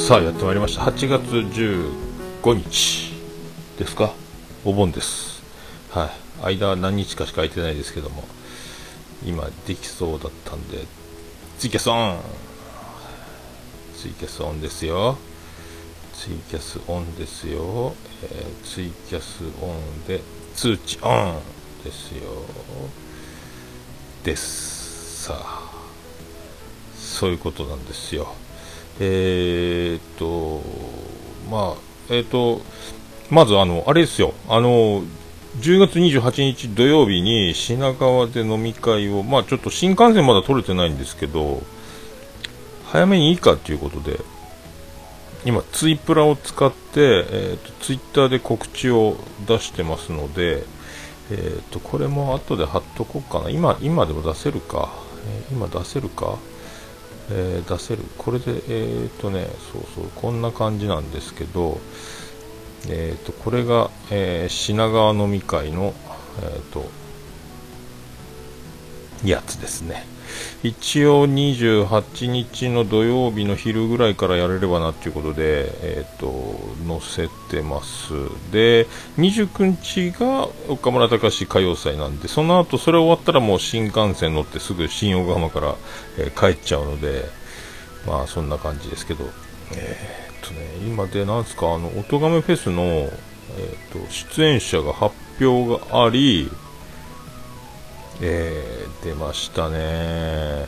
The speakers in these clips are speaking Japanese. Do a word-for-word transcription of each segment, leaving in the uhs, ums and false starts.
さあやってまいりました。はちがつじゅうごにちですか。お盆です。はい。間は何日かしか空いてないですけども、今できそうだったんでツイキャスオン、ツイキャスオンですよ。ツイキャスオンですよ、えー、ツイキャスオンで通知オンですよです。さあそういうことなんですよ。えー、っとまあえー、っとまずあのあれですよ、あのじゅうがつにじゅうはちにち土曜日に品川で飲み会を、まあちょっと新幹線まだ取れてないんですけど、早めにいいかということで今ツイプラを使って、えー、とツイッターで告知を出してますので、えー、とこれも後で貼っとこうかな。今今でも出せるか、えー、今出せるか、えー、出せる。これでえっ、とねそうそうこんな感じなんですけど、えー、とこれが、えー、品川飲み会の、えー、とやつですね。一応にじゅうはちにちの土曜日の昼ぐらいからやれればなということで、えー、と載せてます。でにじゅうくにちが岡村隆史歌謡祭なんで、その後それ終わったらもう新幹線乗ってすぐ新横浜から、えー、帰っちゃうので、まあそんな感じですけど、えー、とね今でなんですか、あの音亀フェスの、えー、と出演者が発表があり、えー、出ましたね。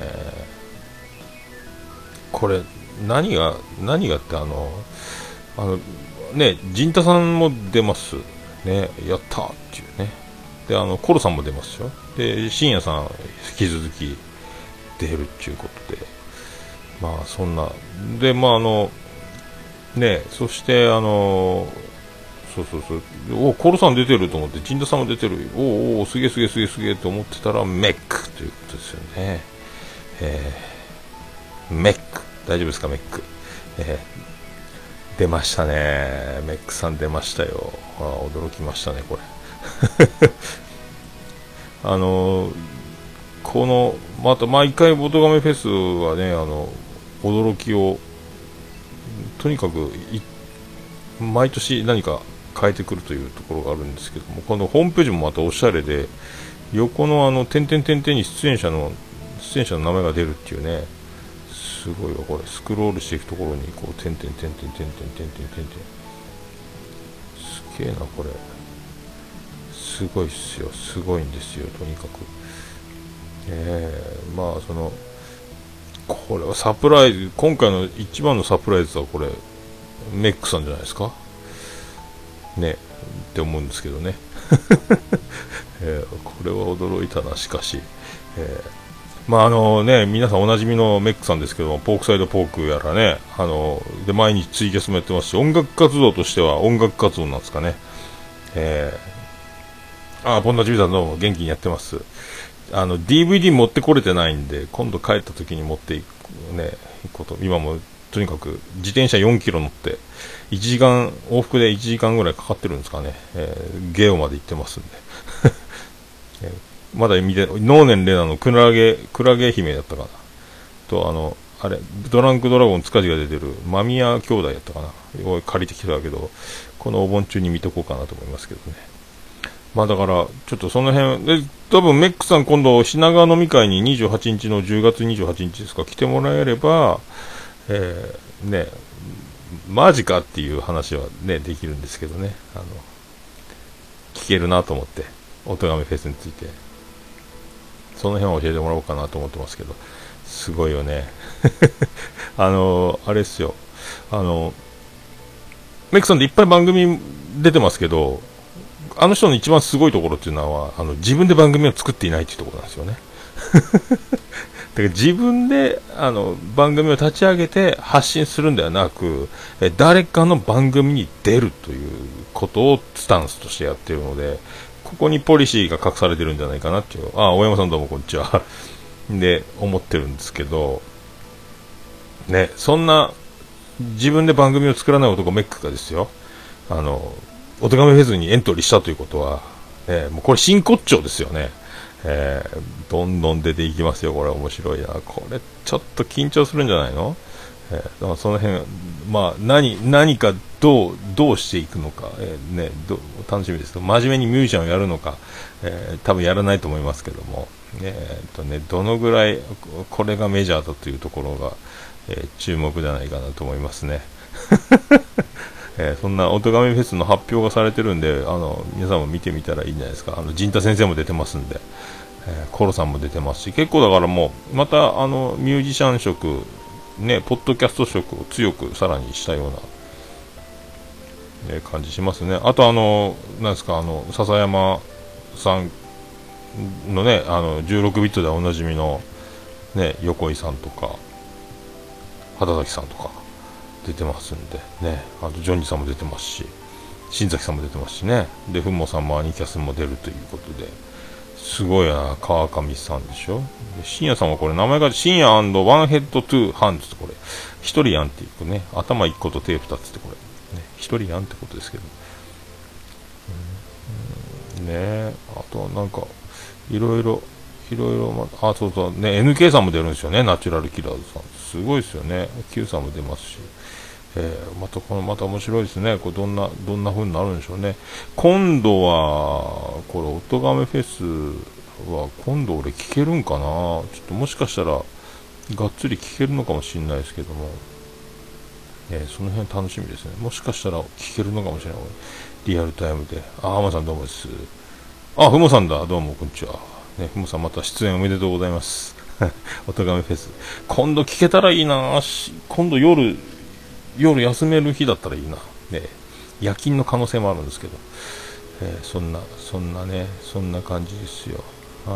これ何が何がってあのあのね陣太さんも出ますね。やったーっていうね。であのコロさんも出ますよ。で深夜さん引き続き出るっていうことで、まあそんなでまああのねそしてあのそうそうそうおコロさん出てると思って、陣田さんも出てる、おおすげえすげえすげえすげえと思ってたらメックということですよね。えー、メック大丈夫ですかメック、えー、出ましたね。メックさん出ましたよ。あ驚きましたねこれあのー、このまた毎回ボトガメフェスはね、あの驚きをとにかく毎年何か変えてくるというところがあるんですけども、このホームページもまたおしゃれで、横のあの点々点々に出演者の出演者の名前が出るっていうね、すごいわこれ。スクロールしていくところにこう点々点々点々点々点々点々、すげえなこれ、すごいっすよ、すごいんですよとにかく。えー、まあそのこれはサプライズ、今回の一番のサプライズはこれメックさんじゃないですかねって思うんですけどね、えー、これは驚いたな。しかし、えー、まああのね皆さんおなじみのメックさんですけども、ポークサイドポークやらね、あので毎日ツイキャスもやってますし、音楽活動としては音楽活動なんですかね。えー、あボンダジビさんどうも元気にやってます。あの ディーブイディー 持ってこれてないんで、今度帰った時に持っていくねいくこと。今もとにかく自転車よんキロ乗っていちじかん往復でいちじかんぐらいかかってるんですかね、えー、ゲオまで行ってますんで、えー、まだ見て能年レナのクラゲクラゲ姫だったかなと、あのあれドランクドラゴン塚地が出てる間宮兄弟やったかなを借りてきたけど、このお盆中に見とこうかなと思いますけどね。まあだからちょっとその辺で多分メックさん今度品川飲み会ににじゅうはちにちのじゅうがつにじゅうはちにちですか来てもらえれば、えー、ねマジかっていう話はねできるんですけどね、あの聞けるなと思って、音亀フェスについてその辺は教えてもらおうかなと思ってますけど、すごいよねあのあれですよ、あのメックさんでいっぱい番組出てますけど、あの人の一番すごいところっていうのはあの自分で番組を作っていないっていうところなんですよねだから自分であの番組を立ち上げて発信するんではなく、え誰かの番組に出るということをスタンスとしてやっているので、ここにポリシーが隠されてるんじゃないかなっていう、あ大山さんどうもこんにちはで思ってるんですけどね。そんな自分で番組を作らない男メックがですよ、あの音亀フェスにエントリーしたということは、えー、もうこれ真骨頂ですよね。えー、どんどん出ていきますよ。これ面白いな。これちょっと緊張するんじゃないの。 えー、だからその辺、まあ、何、何かどう、どうしていくのか、えーね、ど楽しみですけど、真面目にミュージシャンをやるのか、えー、多分やらないと思いますけども、えーとね、どのぐらいこれがメジャーだというところが、えー、注目じゃないかなと思いますね。えー、そんな音亀フェスの発表がされてるんで、あの皆さんも見てみたらいいんじゃないですか。あの陣太先生も出てますんで、えー、コロさんも出てますし、結構だからもうまたあのミュージシャン色ね、ポッドキャスト色を強くさらにしたような、えー、感じしますね。あとあのなんですか、あの笹山さんのね、あのじゅうろくビットでおなじみのね、横井さんとか畑崎さんとか出てますんでね、あとジョニーさんも出てますし、新崎さんも出てますしね、でふもさんもアニキャスも出るということで、すごいな。川上さんでしょ。で深夜さんはこれ名前が深夜ワンヘッドトゥーハンズって、これ一人やんっていうね、頭一個と手二つって、これね、一人やんってことですけど、うん、ねえ、あとなんかいろいろいろいろ、まあ、そうそうね、 エヌケー さんも出るんですよね。ナチュラルキラーズさんすごいですよね。 Q さんも出ますし、えー、またこのまた面白いですね。これどんなどんな風になるんでしょうね。今度はこれ音亀フェスは今度俺聞けるんかな。ちょっともしかしたらがっつり聞けるのかもしれないですけども、えー、その辺楽しみですね。もしかしたら聞けるのかもしれない、リアルタイムで。あ、浜さんどうもです。あ、ふもさんだ、どうもこんにちは。ね、ふもさんまた出演おめでとうございます。音亀フェス今度聞けたらいいな。今度夜夜休める日だったらいいな、ね、夜勤の可能性もあるんですけど、えー、そんなそんなね、そんな感じですよ。あ、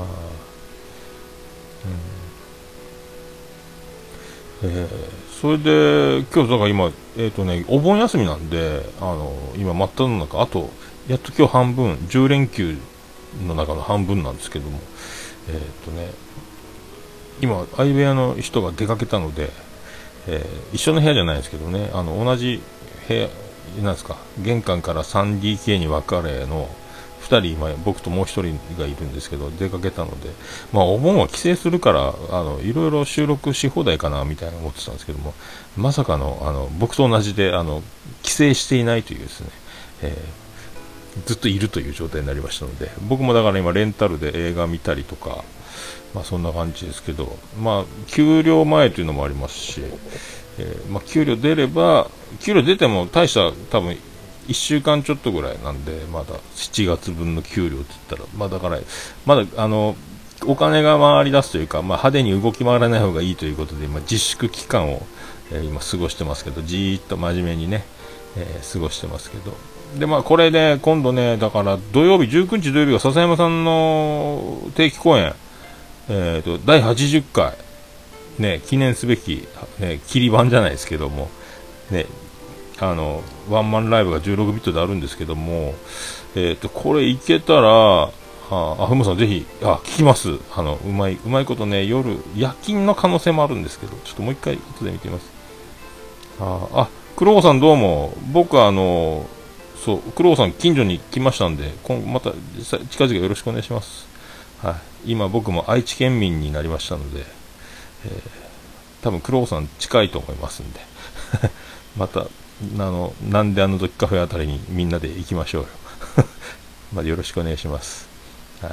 うん、えー、それで今日だから今、えーとね、お盆休みなんで、あの今真っ只中、あとやっと今日半分、じゅう連休の中の半分なんですけども、えーとね、今相部屋の人が出かけたので、えー、一緒の部屋じゃないですけどね、あの同じ部屋なんですか、玄関から スリーディーケー に分かれのふたり、今僕ともうひとりがいるんですけど、出かけたので、まあお盆は帰省するからあのいろいろ収録し放題かなみたいな思ってたんですけども、まさかの、あの僕と同じであの帰省していないというですね、えー、ずっといるという状態になりましたので、僕もだから今レンタルで映画見たりとか、まあ、そんな感じですけど、まあ、給料前というのもありますし、えーまあ、給料出れば、給料出ても大した多分いっしゅうかんちょっとぐらいなんで、まだしちがつぶんの給料って言ったら、まあ、だからまだあのお金が回り出すというか、まあ、派手に動き回らない方がいいということで、まあ、自粛期間を、えー、今過ごしてますけど、じーっと真面目にね、えー、過ごしてますけど、でまあこれで今度ね、だから土曜日じゅうくにち土曜日が笹山さんの定期公演、えー、とだいはちじゅっかい、ね、記念すべき、ね、切り板じゃないですけども、ね、あのワンマンライブがじゅうろくビットであるんですけども、えー、とこれいけたら、ああ、ふもさんぜひ、あ、聞きます。あのうまいうまいことね、夜夜勤の可能性もあるんですけど、ちょっともう一回後で見てみます。ああ、黒尾さんどうも。僕はあのそう黒尾さん近所に来ましたんで、今後また近々よろしくお願いします。はい、今僕も愛知県民になりましたので、えー、多分黒尾さん近いと思いますんでまたあのなんであの時カフェあたりにみんなで行きましょうよまあよろしくお願いします。はい、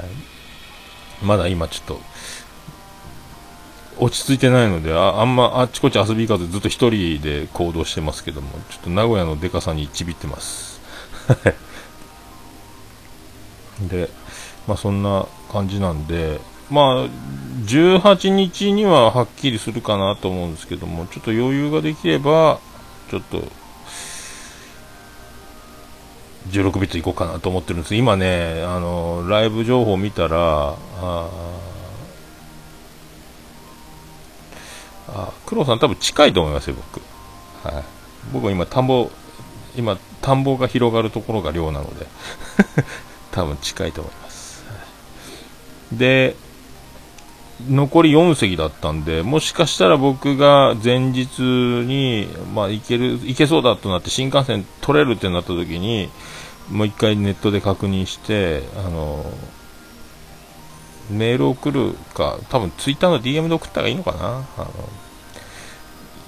まだ今ちょっと落ち着いてないので、 あ, あんまあっちこっち遊び行かずずっと一人で行動してますけども、ちょっと名古屋のでかさにちびってますで、まあそんな感じなんで、まあじゅうはちにちにははっきりするかなと思うんですけども、ちょっと余裕ができればちょっとじゅうろくビットいこうかなと思ってるんです。今ね、あのライブ情報を見たら、ああ、黒さん多分近いと思いますよ、僕。はい、僕は今田んぼ今田んぼが広がるところが寮なので多分近いと思います。で残りよん席だったんで、もしかしたら僕が前日に、まあ、行ける行けそうだとなって新幹線取れるってなった時に、もう一回ネットで確認して、あのメール送るか、多分ツイッターの ディーエム で送った方がいいのかな。あの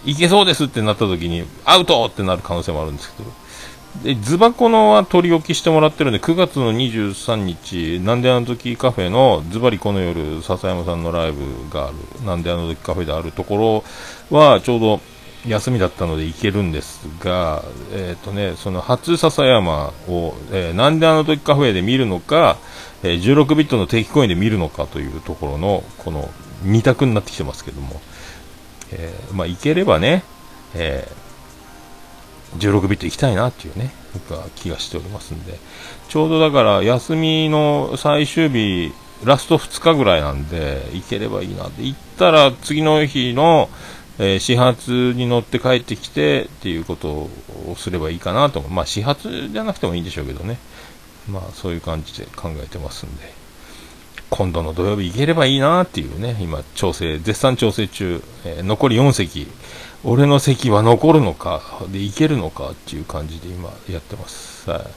いけそうですってなった時にアウトってなる可能性もあるんですけど、でズバコのは取り置きしてもらってるんで、くがつのにじゅうさんにちなんであの時カフェのズバリこの夜笹山さんのライブがあるなんであの時カフェであるところはちょうど休みだったので行けるんですが、えっ、ー、とねその初笹山を、えー、なんであの時カフェで見るのか、えー、じゅうろくビットの定期公演で見るのかというところのこのに択になってきてますけども、えー、まあ行ければね、えーじゅうろくビット行きたいなっていうね気がしておりますんで、ちょうどだから休みの最終日ラストふつかぐらいなんで行ければいいなって、行ったら次の日の、えー、始発に乗って帰ってきてっていうことをすればいいかなと思う。まあ始発じゃなくてもいいんでしょうけどね、まあそういう感じで考えてますんで、今度の土曜日行ければいいなっていうね、今調整絶賛調整中、えー、残りよん席、俺の席は残るのかでいけるのかっていう感じで今やってます。はい、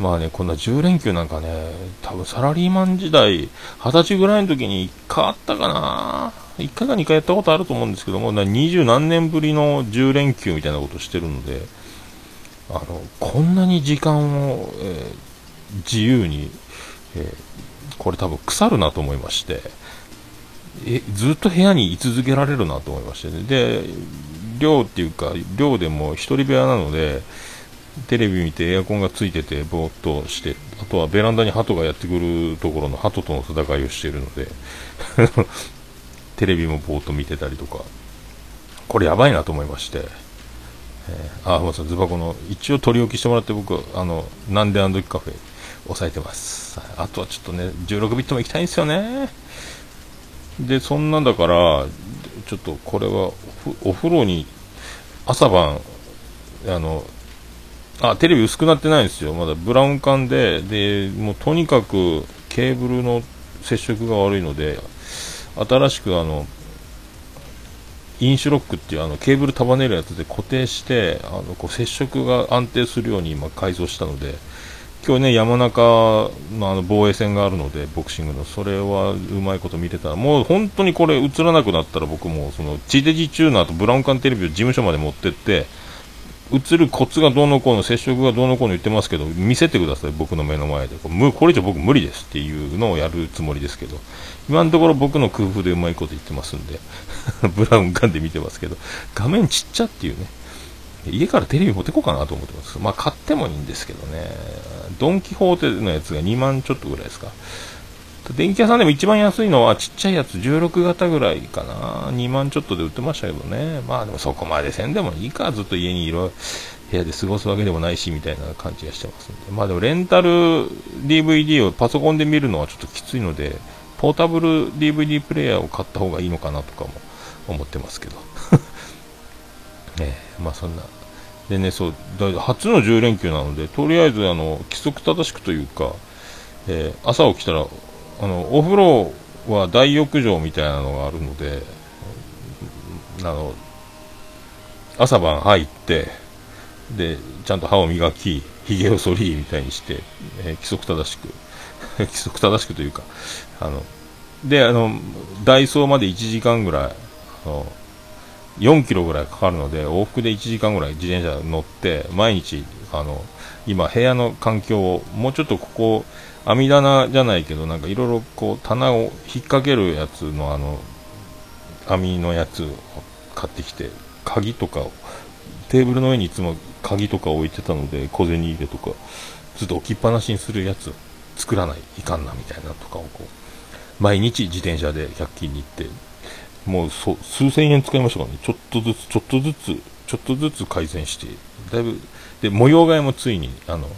まあねこんなじゅう連休なんかね、多分サラリーマン時代はたちぐらいの時にいっかいあったかな、いっかいかにかいやったことあると思うんですけども、にじゅう何年ぶりのじゅう連休みたいなことしてるので、あのこんなに時間を、えー、自由に、えー、これ多分腐るなと思いまして、えずっと部屋に居続けられるなと思いまして、ね、で寮っていうか寮でも一人部屋なのでテレビ見てエアコンがついててぼーっとして、あとはベランダに鳩がやってくるところの鳩との戦いをしているのでテレビもぼーっと見てたりとか、これやばいなと思いまして、えー、あ、まさズバコの一応取り置きしてもらって、僕あのなんであの時カフェ抑えてます。あとはちょっとねじゅうろくビットも行きたいんですよね。でそんなんだからちょっとこれはお風呂に朝晩あのあテレビ薄くなってないんですよ、まだブラウン管で、でもうとにかくケーブルの接触が悪いので、新しくあのインシュロックっていうあのケーブル束ねるやつで固定して、あのこう接触が安定するように今改造したので、今日ね山中のあの防衛戦があるのでボクシングの、それはうまいこと見てたら、もう本当にこれ映らなくなったら僕もその地デジチューナーとブラウン管テレビを事務所まで持ってって映るコツがどうのこうの接触がどうのこうの言ってますけど見せてください、僕の目の前で。これこれ以上僕無理ですっていうのをやるつもりですけど、今のところ僕の工夫でうまいこと言ってますんでブラウン管で見てますけど、画面ちっちゃっていうね、家からテレビ持ってこうかなと思ってます。まあ買ってもいいんですけどね、ドンキホーテのやつがにまんちょっとぐらいですか。電気屋さんでも一番安いのはちっちゃいやつじゅうろく型ぐらいかな、にまんちょっとで売ってましたけどね。まあでもそこまでせんでもいいか、ずっと家にいる部屋で過ごすわけでもないしみたいな感じがしてますんで、まあでもレンタル ディーブイディー をパソコンで見るのはちょっときついので、ポータブル ディーブイディー プレイヤーを買った方がいいのかなとかも思ってますけどねえ、まあそんなでね、そうだ初のじゅう連休なので、とりあえずあの規則正しくというか、えー、朝起きたらあのお風呂は大浴場みたいなのがあるので、あの朝晩入ってでちゃんと歯を磨きひげを剃りみたいにして、えー、規則正しく規則正しくというか、あのであのダイソーまでいちじかんぐらい、あのよんキロぐらいかかるので往復でいちじかんぐらい自転車乗って毎日、あの今部屋の環境をもうちょっとここ網棚じゃないけどなんかいろいろこう棚を引っ掛けるやつのあの網のやつを買ってきて、鍵とかをテーブルの上にいつも鍵とか置いてたので小銭入れとかずっと置きっぱなしにするやつ作らないいかんなみたいなとかをこう毎日自転車でひゃく均に行ってもうそ数千円使いましたからね。ちょっとずつちょっとずつちょっとずつ改善してだいぶで、模様替えもついにあの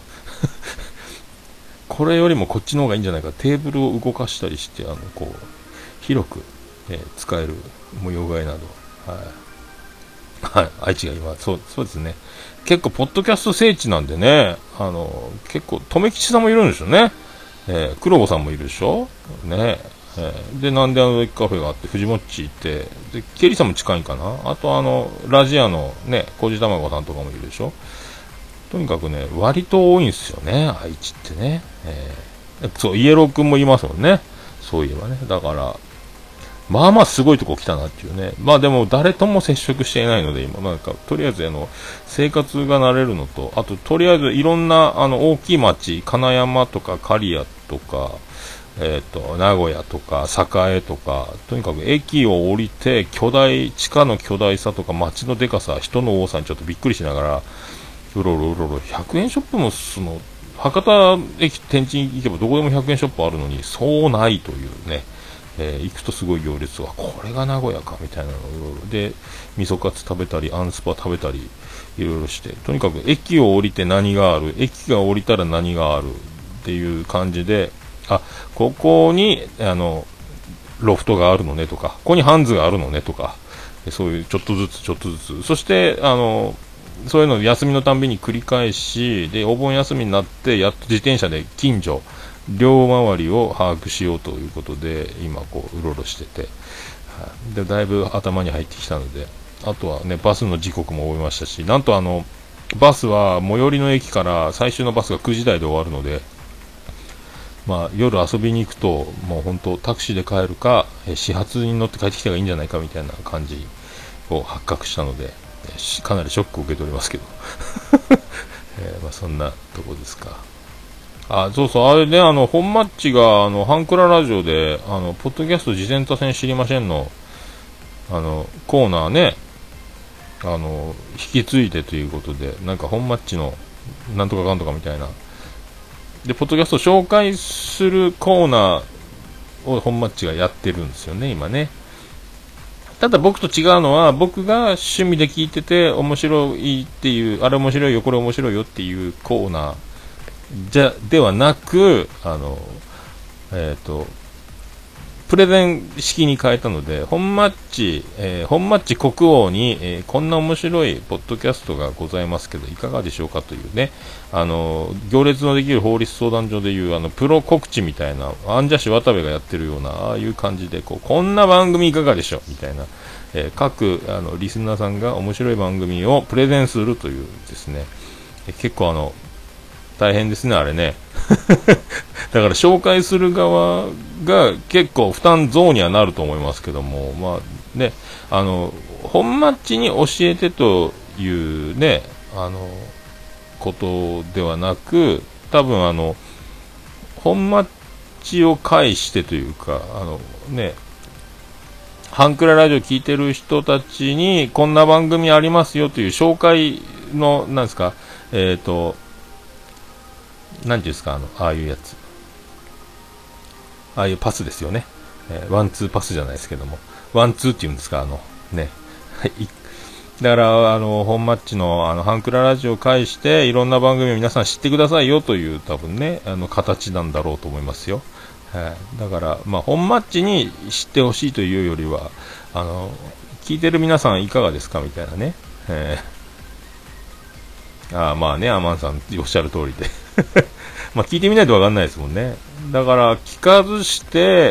これよりもこっちの方がいいんじゃないか、テーブルを動かしたりしてあのこう広く、えー、使える模様替えなど、はい、はい、愛知が今そうそうですね、結構ポッドキャスト聖地なんでね、あの結構留吉さんもいるんですよね、えー、黒子さんもいるでしょね、えー、でなんであのカフェがあって藤もっち行ってでケリーさんも近いかな、あとあのラジアのねこじたまごさんとかもいるでしょ。とにかくね割と多いんですよね愛知ってね、えー、そうイエローくんもいますもんね、そういえばね。だからまあまあすごいとこ来たなっていうね。まあでも誰とも接触していないので、今なんか、とりあえずあの、生活が慣れるのと、あととりあえずいろんなあの大きい町、金山とか刈谷とか、えっと、名古屋とか栄とか、とにかく駅を降りて、巨大、地下の巨大さとか街のでかさ、人の多さにちょっとびっくりしながら、うろうろうろうろ、ひゃくえんショップもその、博多駅天神行けばどこでもひゃくえんショップあるのに、そうないというね。えー、行くとすごい行列が、これが名古屋かみたいなのをいろいろで、味噌カツ食べたり、あんスパ食べたり、いろいろして、とにかく駅を降りて何がある、駅が降りたら何があるっていう感じで、あ、ここに、あの、ロフトがあるのねとか、ここにハンズがあるのねとか、そういうちょっとずつちょっとずつ、そして、あの、そういうのを休みのたんびに繰り返し、で、お盆休みになって、やっと自転車で近所、両回りを把握しようということで今こううろうろしてて、はい、でだいぶ頭に入ってきたので、あとはねバスの時刻も覚えましたし、なんとあのバスは最寄りの駅から最終のバスがくじ台で終わるので、まあ、夜遊びに行くともう本当タクシーで帰るか始発に乗って帰ってきた方がいいんじゃないかみたいな感じを発覚したので、かなりショックを受けておりますけど、えーまあ、そんなとこですか。あ、そうそう、あれね、あの、本マッチが、あの、ハンクララジオで、あの、ポッドキャスト事前多戦知りませんの、あの、コーナーね、あの、引き継いでということで、なんか本マッチの、なんとかかんとかみたいな。で、ポッドキャストを紹介するコーナーを本マッチがやってるんですよね、今ね。ただ僕と違うのは、僕が趣味で聞いてて面白いっていう、あれ面白いよ、これ面白いよっていうコーナー、じゃではなく、あの、えっと、プレゼン式に変えたので、本マッチ、えー、本マッチ国王に、えー、こんな面白いポッドキャストがございますけど、いかがでしょうかというね、あの、行列のできる法律相談所でいう、あの、プロ告知みたいな、アンジャッシュ渡部がやってるような、ああいう感じで、こう、こんな番組いかがでしょうみたいな、えー、各、あの、リスナーさんが面白い番組をプレゼンするというですね、えー、結構あの、大変ですね、あれね。だから紹介する側が結構負担増にはなると思いますけども、まあね、あの、本マッチに教えてというね、あの、ことではなく、多分あの、本マッチを介してというか、あのね、ハンクララジオ聞いてる人たちにこんな番組ありますよという紹介の、なんですか、えっと、なんていうんですか、あの、ああいうやつ。ああいうパスですよね。えー、ワンツーパスじゃないですけども。ワンツーっていうんですか、あの、ね。はい。だから、あの、本マッチの、あの、ハンクララジオを介して、いろんな番組を皆さん知ってくださいよという、多分ね、あの、形なんだろうと思いますよ。はい。だから、まあ、本マッチに知ってほしいというよりは、あの、聞いてる皆さんいかがですかみたいなね。えー、ああ、まあね、アマンさんおっしゃる通りで。まあ聞いてみないとわかんないですもんね。だから聞かずして、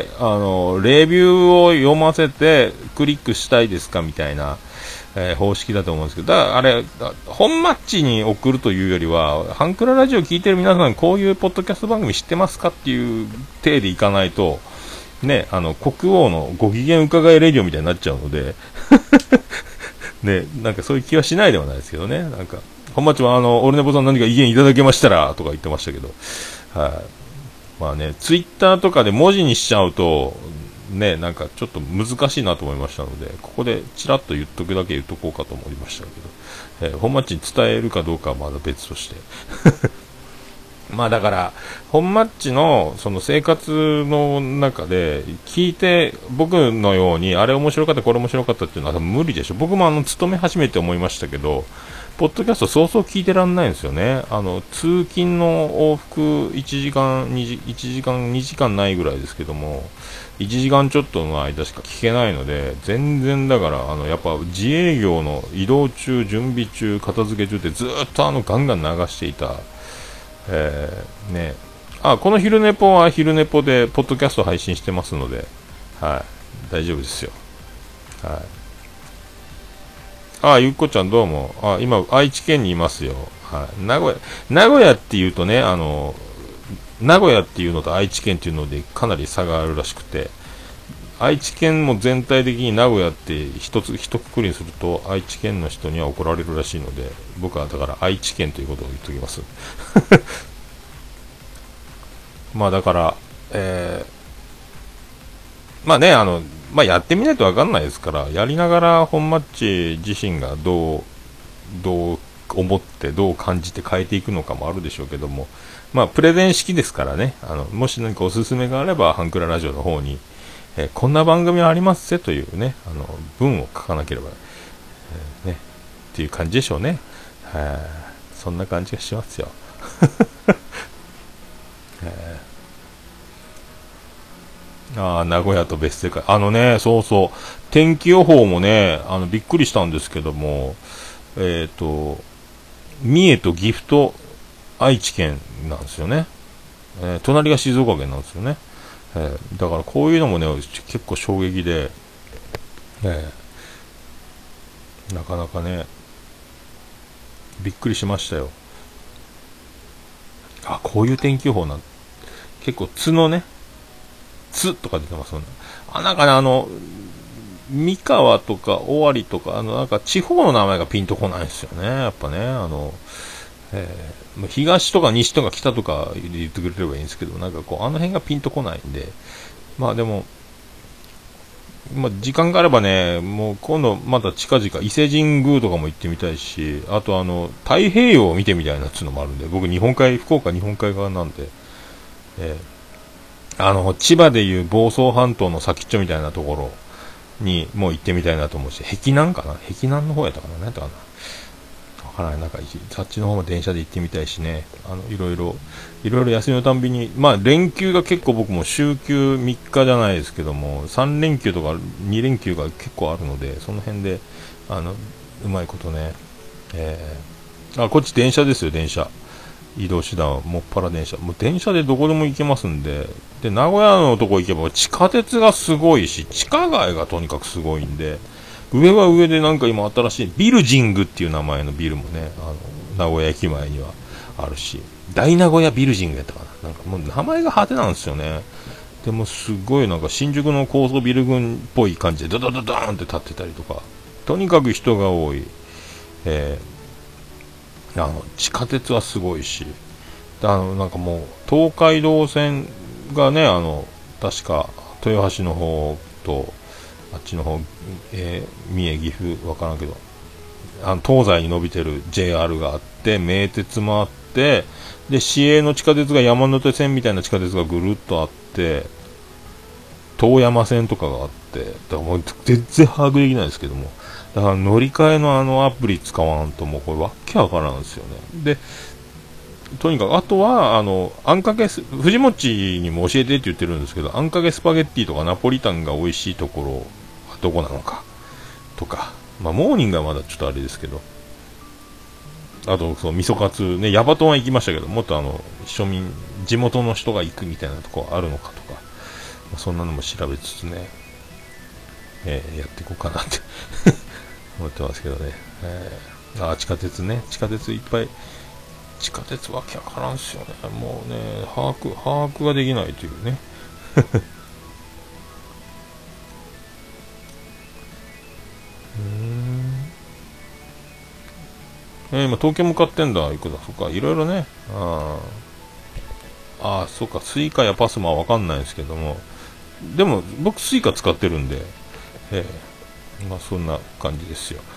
あの、レビューを読ませてクリックしたいですかみたいな、えー、方式だと思うんですけど、だからあれ、本マッチに送るというよりは、ハンクララジオ聞いてる皆さんこういうポッドキャスト番組知ってますかっていう体でいかないと、ね、あの、国王のご機嫌伺いレディオみたいになっちゃうので、ね、なんかそういう気はしないではないですけどね、なんか、本町はあの、オルネポさん何か意見いただけましたらとか言ってましたけど、はい、まあね、ツイッターとかで文字にしちゃうと、ね、なんかちょっと難しいなと思いましたので、ここでちらっと言っとくだけ言っとこうかと思いましたけど、えー、本町に伝えるかどうかはまだ別として。まあだから、本マッチのその生活の中で聞いて、僕のようにあれ面白かったこれ面白かったっていうのは多分無理でしょ。僕もあの勤め始めて思いましたけど、ポッドキャストそうそう聞いてらんないんですよね。あの通勤の往復いちじかんにじいちじかんにじかんないぐらいですけども、いちじかんちょっとの間しか聞けないので、全然だからあのやっぱ自営業の移動中準備中片付け中ってずっとあのガンガン流していた。えー、ね、あ、この昼寝ぽは昼寝ぽでポッドキャスト配信してますので、はい、大丈夫ですよ。はい。あ、ゆっこちゃんどうも。あ、今愛知県にいますよ。はい。名古屋、名古屋っていうとね、あの名古屋っていうのと愛知県っていうのでかなり差があるらしくて、 愛知県も全体的に名古屋って一つ一括りにすると愛知県の人には怒られるらしいので、僕はだから愛知県ということを言っておきますまあだから、えー、まあね、あの、まあやってみないとわかんないですから、やりながら本マッチ自身がどう、どう思ってどう感じて変えていくのかもあるでしょうけども、まあプレゼン式ですからね、あの、もし何かおすすめがあれば、ハンクララジオの方に、えー、こんな番組ありますぜというね、あの、文を書かなければ、えー、ね、っていう感じでしょうね。はい、そんな感じがしますよ。えー、ああ、名古屋と別世界。あのね、そうそう、天気予報もね、あの、びっくりしたんですけども、えっと、三重と岐阜と愛知県なんですよね。えー、隣が静岡県なんですよね。えー、だからこういうのもね、結構衝撃で、えー、なかなかね、びっくりしましたよ。あ、こういう天気予報なん、結構、つのね、つとか出てますもんね。あ、なんかね、あの、三河とか尾張とか、あの、なんか地方の名前がピンとこないんですよね。やっぱね、あの、えー、東とか西とか北とか言ってくれればいいんですけど、なんかこう、あの辺がピンとこないんで、まあでも、まあ時間があればね、もう今度また近々伊勢神宮とかも行ってみたいし、あとあの、太平洋を見てみたいなっていうのもあるんで、僕日本海、福岡日本海側なんで、えー、あの、千葉でいう房総半島の先っちょみたいなところにもう行ってみたいなと思うし、碧南かな碧南の方やったかな何やったかなわからない。なんか、そっちの方も電車で行ってみたいしね。あの、いろいろ、いろいろ休みのたんびに、まあ、連休が結構僕も週休みっかじゃないですけども、さん連休とかに連休が結構あるので、その辺で、あの、うまいことね、えー、あ、こっち電車ですよ、電車。移動手段はもっぱら電車。もう電車でどこでも行けますんで、で、名古屋のとこ行けば地下鉄がすごいし、地下街がとにかくすごいんで、上は上でなんか今新しいビルジングっていう名前のビルもね、あの、名古屋駅前にはあるし、大名古屋ビルジングやったかな。なんかもう名前が派手なんですよね。でもすごいなんか新宿の高層ビル群っぽい感じでドドドドーンって立ってたりとか、とにかく人が多い。えー、あの、地下鉄はすごいし、あの、なんかもう、東海道線がね、あの、確か、豊橋の方と、あっちの方、えー、三重、岐阜、わからんけど、あの東西に伸びてる ジェイアール があって、名鉄もあって、で、市営の地下鉄が山手線みたいな地下鉄がぐるっとあって、遠山線とかがあって、だからもう全然把握できないですけども、だから乗り換えのあのアプリ使わんともうこれわけわからんですよね。で、とにかく、あとは、あの、あんかけす、藤もちにも教えてって言ってるんですけど、あんかけスパゲッティとかナポリタンが美味しいところはどこなのか、とか、まあ、モーニングはまだちょっとあれですけど、あと、そう、味噌カツ、ね、ヤバトンは行きましたけど、もっとあの、庶民、地元の人が行くみたいなとこあるのかとか、まあ、そんなのも調べつつね、えー、やっていこうかなって思ってますけどね。えー、あ、地下鉄ね、地下鉄いっぱい、地下鉄わけわからんすよね。もうね、把握、把握ができないというね。うーん。えー、今東京向かってんだ、行くだ。そっか、いろいろね。ああ、そっか、スイカやパスマはわかんないですけども。でも、僕スイカ使ってるんで、えー、まあそんな感じですよ。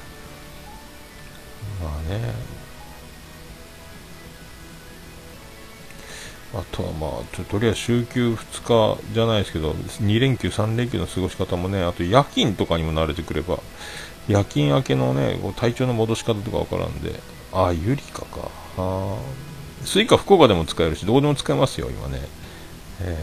まあね。あとはまあ、と、とりあえず週休ふつかじゃないですけど、に連休、さん連休の過ごし方もね、あと夜勤とかにも慣れてくれば、夜勤明けのね、こう体調の戻し方とかわからんで、ああ、ゆりかか。あスイカ福岡でも使えるし、どこでも使えますよ、今ね。え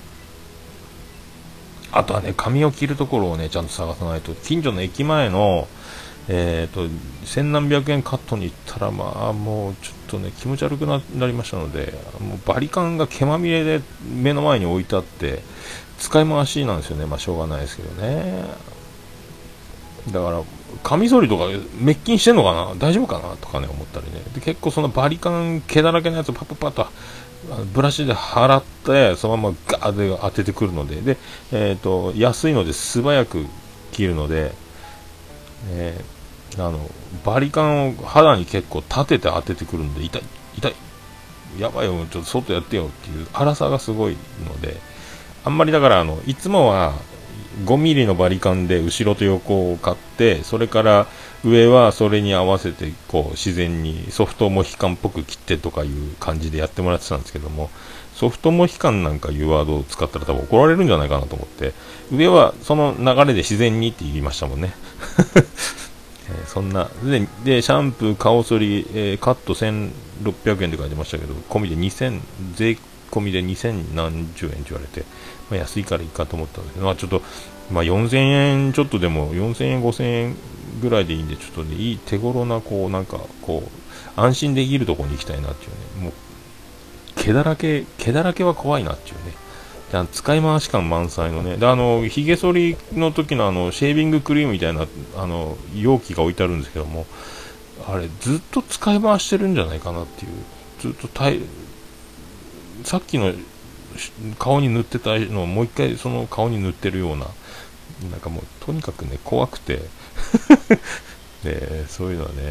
ー、あとはね、髪を切るところをね、ちゃんと探さないと、近所の駅前の、えーと、千何百円カットに行ったら、まあ、もうちょっとね、気持ち悪くなりましたので、もうバリカンが毛まみれで目の前に置いてあって、使い回しなんですよね。まあ、しょうがないですけどね。だから、カミソリとか滅菌してんのかな大丈夫かなとかね、思ったりね。で、結構そのバリカン毛だらけのやつをパッパッパッとブラシで払ってそのままガーッて当ててくるので、で、えー、と安いので素早く切るので、えー、あのバリカンを肌に結構立てて当ててくるので、痛い痛いやばいよ、ちょっと外やってよっていう粗さがすごいので、あんまりだからあのいつもはごミリのバリカンで後ろと横を買って、それから上はそれに合わせてこう自然にソフトモヒカンっぽく切ってとかいう感じでやってもらってたんですけども、ソフトモヒカンなんかいうワードを使ったら多分怒られるんじゃないかなと思って、上はその流れで自然にって言いましたもんね。えー、そんな で, でシャンプー、顔剃り、えー、カットせんろっぴゃくえんって書いてましたけど、込みでにせん、税込みでにせん何十円って言われて、まあ、安いからいいかと思ったんですけど、まあ、ちょっと、まあ、よんせんえんちょっとでもよんせんえんごせんえんぐらいでいいんで、ちょっとね、いい手頃なこうなんかこう安心できるところに行きたいなっていうね。もう毛だらけ毛だらけは怖いなっていうね。使い回し感満載のね、であのひげ剃りの時のあのシェービングクリームみたいなあの容器が置いてあるんですけども、あれずっと使い回してるんじゃないかなっていう、ずっとたいさっきの顔に塗ってたのをもう一回その顔に塗ってるような、なんかもうとにかくね怖くてでそういうのはね、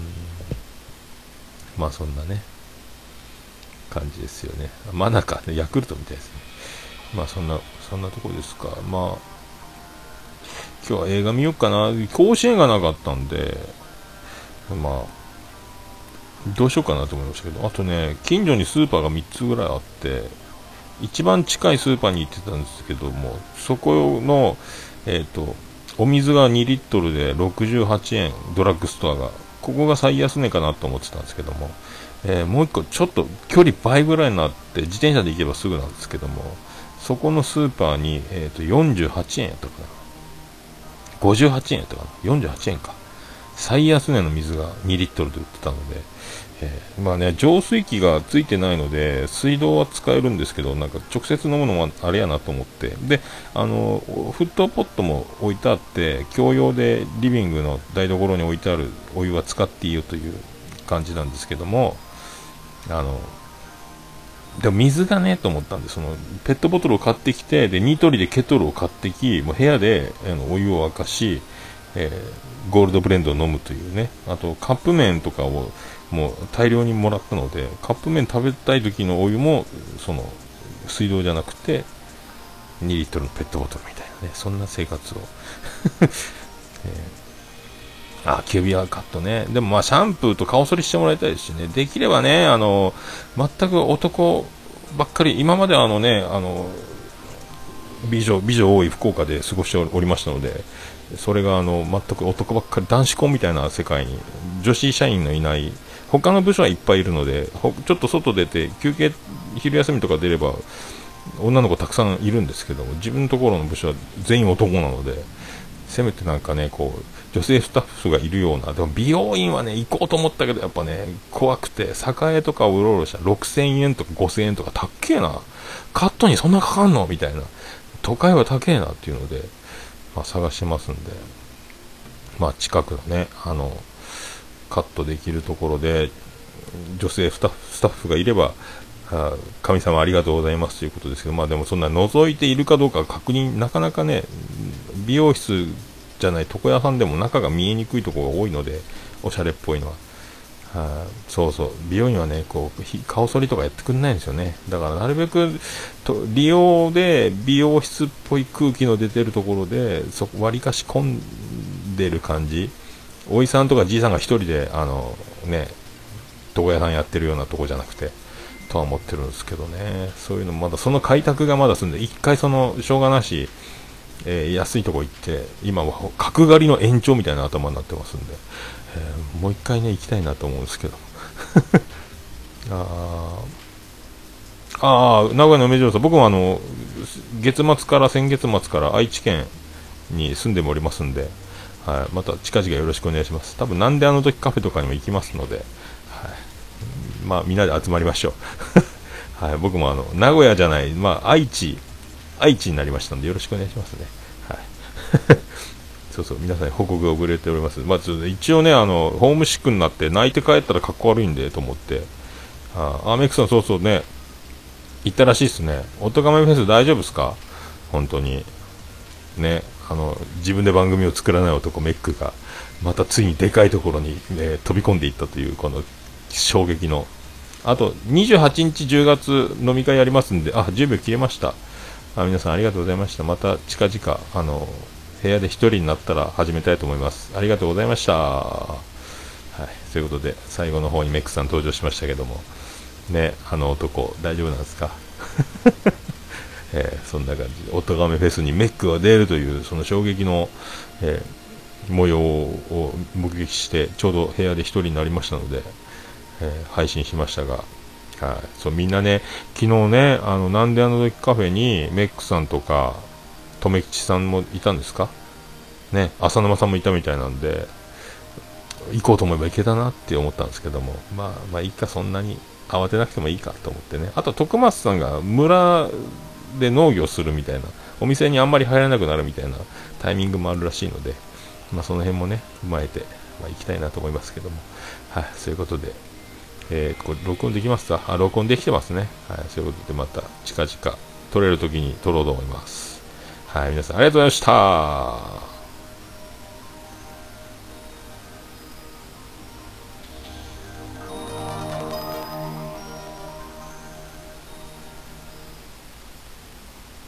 うん、まあそんなね感じですよね。真中ね、ヤクルトみたいですね。まあそんなそんなとこですか。まあ今日は映画見ようかな。甲子園がなかったんで、まあどうしようかなと思いましたけど、あとね近所にスーパーがみっつぐらいあって、一番近いスーパーに行ってたんですけども、そこのえっとお水がにリットルでろくじゅうはちえん、ドラッグストアがここが最安値かなと思ってたんですけども、えー、もう一個ちょっと距離倍ぐらいになって自転車で行けばすぐなんですけども、そこのスーパーに、えー、とよんじゅうはちえんやったかな、ごじゅうはちえんやったかな、よんじゅうはちえんか、最安値の水がにリットルで売ってたので、えー、まあね浄水器がついてないので水道は使えるんですけど、なんか直接飲むのもあれやなと思って、であの沸騰ポットも置いてあって、共用でリビングの台所に置いてあるお湯は使っていいよという感じなんですけども、あのでも水がねと思ったんで、そのペットボトルを買ってきて、でニトリでケトルを買ってき、もう部屋であのお湯を沸かし、えー、ゴールドブレンドを飲むというね。あとカップ麺とかをもう大量にもらったので、カップ麺食べたい時のお湯もその水道じゃなくてにリットルのペットボトルみたいなね、そんな生活を、えー、あキュビアカットね。でもまあシャンプーと顔剃りしてもらいたいですしね、できればね、あの全く男ばっかり、今まであのねあの美女美女多い福岡で過ごしておりましたので、それがあの全く男ばっかり、男子校みたいな世界に、女子社員のいない他の部署はいっぱいいるので、ちょっと外出て休憩昼休みとか出れば女の子たくさんいるんですけども、自分のところの部署は全員男なので、せめてなんかねこう女性スタッフがいるような。でも美容院はね行こうと思ったけど、やっぱね怖くて、栄とかをうろうろしたらろくせんえんとかごせんえんとか高っけえな、カットにそんなかかんのみたいな、都会は高えなっていうので、まあ、探してますんで、まあ、近くのねあのカットできるところで女性スタッフ、スタッフがいれば、あ神様ありがとうございますということですけど、まあでもそんな覗いているかどうか確認、なかなかね美容室じゃない床屋さんでも中が見えにくいところが多いので、おしゃれっぽいのは、はそうそう、美容院はねこう顔剃りとかやってくんないんですよね。だからなるべくと利用で美容室っぽい空気の出てるところで、そ割りかし混んでる感じ、おいさんとかじいさんが一人であのね床屋さんやってるようなとこじゃなくてとは思ってるんですけどね。そういうのまだその開拓がまだすんで、一回そのしょうがなし、えー、安いとこ行って今は角刈りの延長みたいな頭になってますんで、えー、もう一回ね行きたいなと思うんですけどああ名古屋の梅城さん、僕もあの月末から先月末から愛知県に住んでおりますんで、はい、また近々よろしくお願いします。多分なんであの時カフェとかにも行きますので、はい、まあみんなで集まりましょう、はい、僕もあの名古屋じゃない、まあ、愛知愛知になりましたのでよろしくお願いしますね、はいそうそう、皆さんに報告が遅れております。まあ、一応ねあのホームシックになって泣いて帰ったらかっこ悪いんでと思って、あアメックさん、そうそうね、 行ったらしいですね。おとがめフェス大丈夫ですか？本当に。ね、あの、自分で番組を作らない男メックが、またついにでかいところに、ね、飛び込んでいったという、この衝撃の。あと、にじゅうはちにちじゅうがつ飲み会やりますんで、あ、じゅうびょう切れました。あ、皆さんありがとうございました。また近々、あの、部屋で一人になったら始めたいと思います。ありがとうございました。はい、ということで、最後の方にメックさん登場しましたけども、ね、あの男、大丈夫なんですか？えー、そんな感じで、おとがめフェスにメックが出るという、その衝撃の、えー、模様を目撃して、ちょうど部屋で一人になりましたので、えー、配信しましたが、はい、そうみんなね、昨日ね、あのなんであの時カフェにメックさんとか、とめきちさんもいたんですかね、浅沼さんもいたみたいなんで、行こうと思えば行けたなって思ったんですけども、まあ、まあいいか、そんなに慌てなくてもいいかと思ってね。あと徳松さんが村で農業するみたいな、お店にあんまり入らなくなるみたいなタイミングもあるらしいので、まあその辺もね踏まえて、まあ、行きたいなと思いますけども、はい、そういうことで、えー、これ録音できますか？あ、録音できてますね。はい、そういうことでまた近々撮れる時に撮ろうと思います。はい、皆さんありがとうございました。